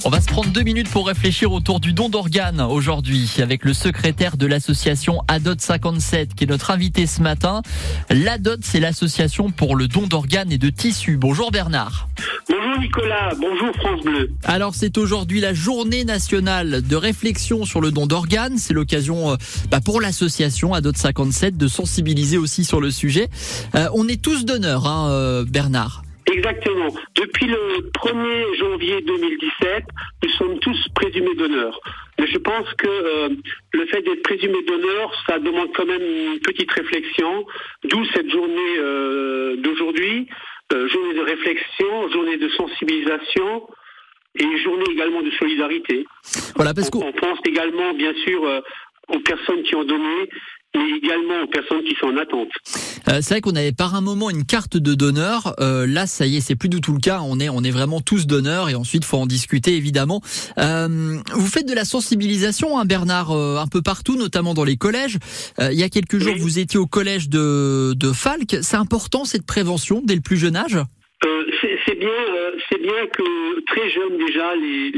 On va se prendre 2 minutes pour réfléchir autour du don d'organes aujourd'hui avec le secrétaire de l'association ADOT 57 qui est notre invité ce matin. L'ADOT, c'est l'association pour le don d'organes et de tissus. Bonjour Bernard. Bonjour Nicolas, bonjour France Bleu. Alors c'est aujourd'hui la journée nationale de réflexion sur le don d'organes. C'est l'occasion pour l'association ADOT 57 de sensibiliser aussi sur le sujet. On est tous donneurs, Bernard. Exactement. Depuis le 1er janvier 2017, nous sommes tous présumés donneurs. Mais je pense que le fait d'être présumé donneur, ça demande quand même une petite réflexion, d'où cette journée d'aujourd'hui, journée de réflexion, journée de sensibilisation et journée également de solidarité. Voilà, parce on pense également, bien sûr, aux personnes qui ont donné, mais également aux personnes qui sont en attente. C'est vrai qu'on avait par un moment une carte de donneur. Là, ça y est, c'est plus du tout le cas. On est vraiment tous donneurs et ensuite, faut en discuter évidemment. Vous faites de la sensibilisation, Bernard, un peu partout, notamment dans les collèges. Il y a quelques jours, vous étiez au collège de Falques. C'est important cette prévention dès le plus jeune âge. C'est bien que très jeunes déjà,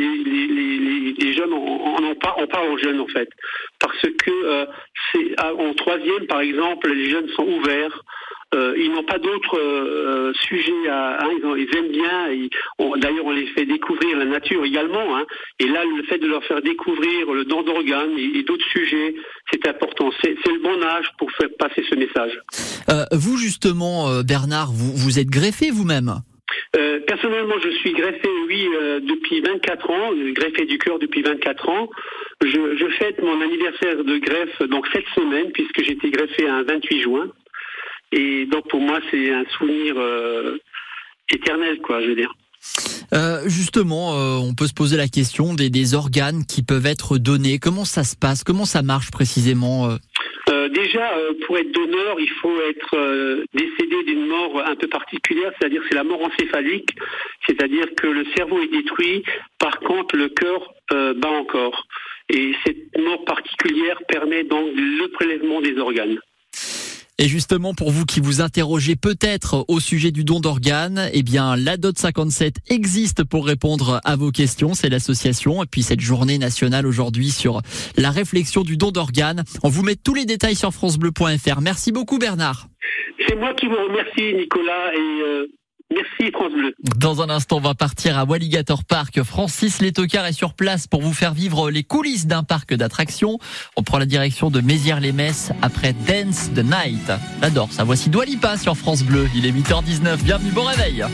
les jeunes on parle aux jeunes en fait, parce que c'est en troisième par exemple, les jeunes sont ouverts. Ils n'ont pas d'autres sujets ils aiment bien. D'ailleurs, on les fait découvrir la nature également. Et là, le fait de leur faire découvrir le don d'organes et d'autres sujets, c'est important. C'est le bon âge pour faire passer ce message. Vous justement, Bernard, vous êtes greffé vous-même? Personnellement, je suis greffé, depuis 24 ans, greffé du cœur depuis 24 ans. Je fête mon anniversaire de greffe donc cette semaine, puisque j'ai été greffé un 28 juin. Et donc pour moi, c'est un souvenir éternel, je veux dire. Justement, on peut se poser la question des organes qui peuvent être donnés. Comment ça se passe? Comment ça marche précisément? Déjà, pour être donneur, il faut être décédé d'une mort un peu particulière, c'est-à-dire c'est la mort encéphalique, c'est-à-dire que le cerveau est détruit, par contre le cœur bat encore. Et cette mort particulière permet donc le prélèvement des organes. Et justement, pour vous qui vous interrogez peut-être au sujet du don d'organes, l'ADOT 57 existe pour répondre à vos questions. C'est l'association. Et puis cette journée nationale aujourd'hui sur la réflexion du don d'organes. On vous met tous les détails sur francebleu.fr. Merci beaucoup Bernard. C'est moi qui vous remercie Nicolas et merci France Bleu. Dans un instant, on va partir à Walligator Park. Francis Létocard est sur place pour vous faire vivre les coulisses d'un parc d'attractions. On prend la direction de Mézières-les-Messes après Dance the Night. J'adore ça. Voici Dua Lipa sur France Bleu. Il est 8h19. Bienvenue, bon réveil.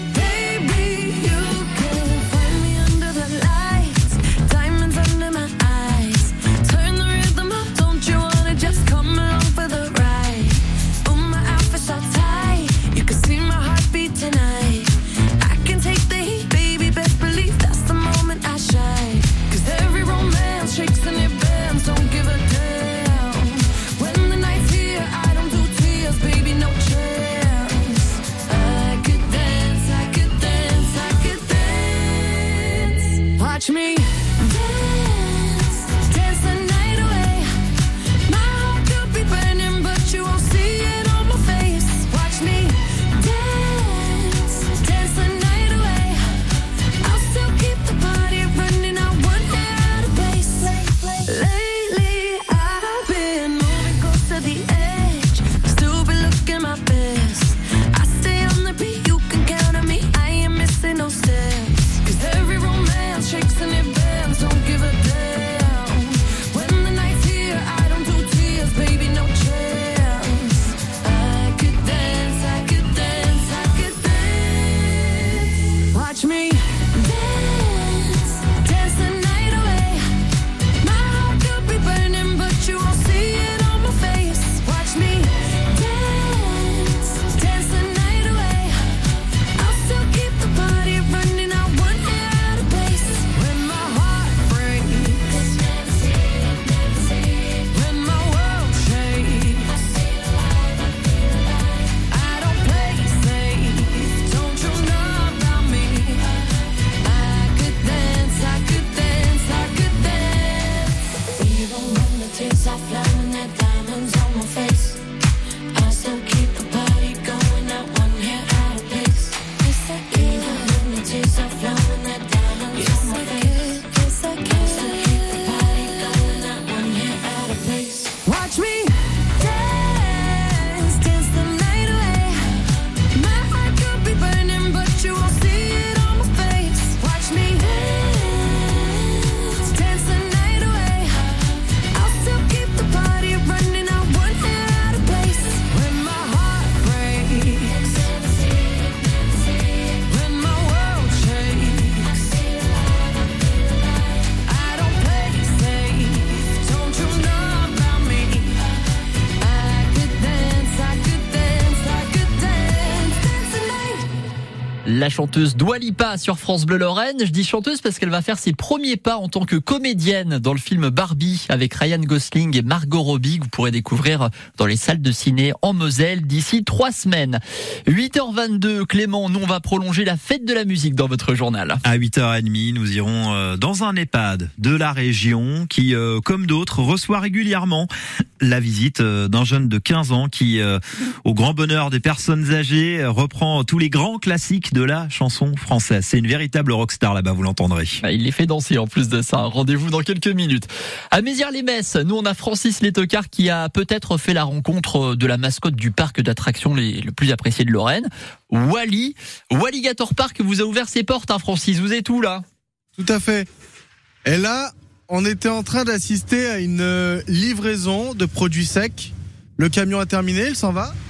Watch me dance, dance the night away. My heart could be burning, but you won't see it on my face. Watch me dance, dance the night away. I'll still keep the party running, I won't get out of place. Lately I've been moving close to the edge, still been looking my best. I stay on the beat, you can count on me, I ain't missing no steps. Cause every romance shakes and it bends. La chanteuse Dua Lipa sur France Bleu Lorraine. Je dis chanteuse parce qu'elle va faire ses premiers pas en tant que comédienne dans le film Barbie avec Ryan Gosling et Margot Robbie que vous pourrez découvrir dans les salles de ciné en Moselle d'ici 3 semaines. 8h22, Clément, nous on va prolonger la fête de la musique dans votre journal. À 8h30, nous irons dans un EHPAD de la région qui, comme d'autres, reçoit régulièrement la visite d'un jeune de 15 ans qui, au grand bonheur des personnes âgées, reprend tous les grands classiques de la chanson française. C'est une véritable rockstar là-bas, vous l'entendrez. Il les fait danser en plus de ça. Rendez-vous dans quelques minutes. À Mézières-les-Messes, nous on a Francis Létocard qui a peut-être fait la rencontre de la mascotte du parc d'attractions le plus apprécié de Lorraine, Wally. Walligator Park vous a ouvert ses portes, hein, Francis. Vous êtes où là ? Tout à fait. Et là, on était en train d'assister à une livraison de produits secs. Le camion a terminé, il s'en va.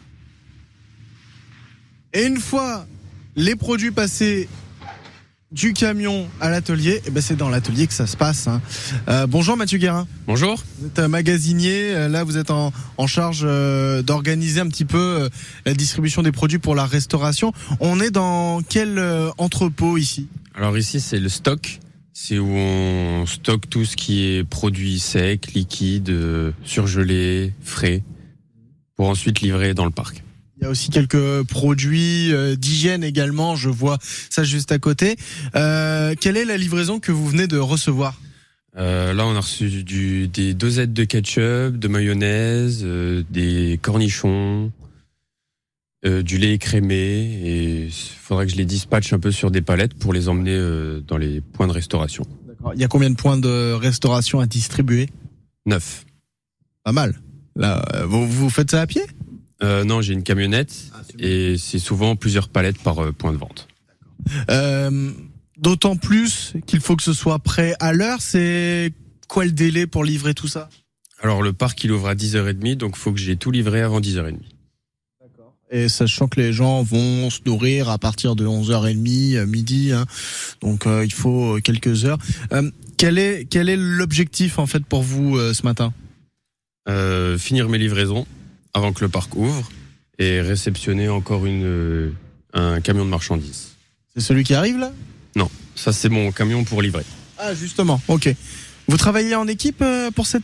Et une fois les produits passés du camion à l'atelier, c'est dans l'atelier que ça se passe. Hein. Bonjour Mathieu Guérin. Bonjour. Vous êtes magasinier, là vous êtes en charge d'organiser un petit peu la distribution des produits pour la restauration. On est dans quel entrepôt ici ? Alors ici c'est le stock, c'est où on stocke tout ce qui est produits secs, liquides, surgelés, frais, pour ensuite livrer dans le parc. Il y a aussi quelques produits d'hygiène également, je vois ça juste à côté. Quelle est la livraison que vous venez de recevoir ? Là on a reçu des dosettes de ketchup, de mayonnaise, des cornichons, du lait écrémé, et il faudrait que je les dispatche un peu sur des palettes pour les emmener dans les points de restauration. D'accord. Il y a combien de points de restauration à distribuer ? 9. Pas mal. Là, vous faites ça à pied ? Non, j'ai une camionnette et c'est souvent plusieurs palettes par point de vente. D'autant plus qu'il faut que ce soit prêt à l'heure. C'est quoi le délai pour livrer tout ça ? Alors le parc il ouvre à 10h30, donc il faut que j'ai tout livré avant 10h30. D'accord. Et sachant que les gens vont se nourrir à partir de 11h30, midi, hein, donc il faut quelques heures. Quel est l'objectif en fait pour vous ce matin ? Finir mes livraisons avant que le parc ouvre et réceptionner encore un camion de marchandises. C'est celui qui arrive là ? Non, ça c'est mon camion pour livrer. Ah justement, ok. Vous travaillez en équipe pour cette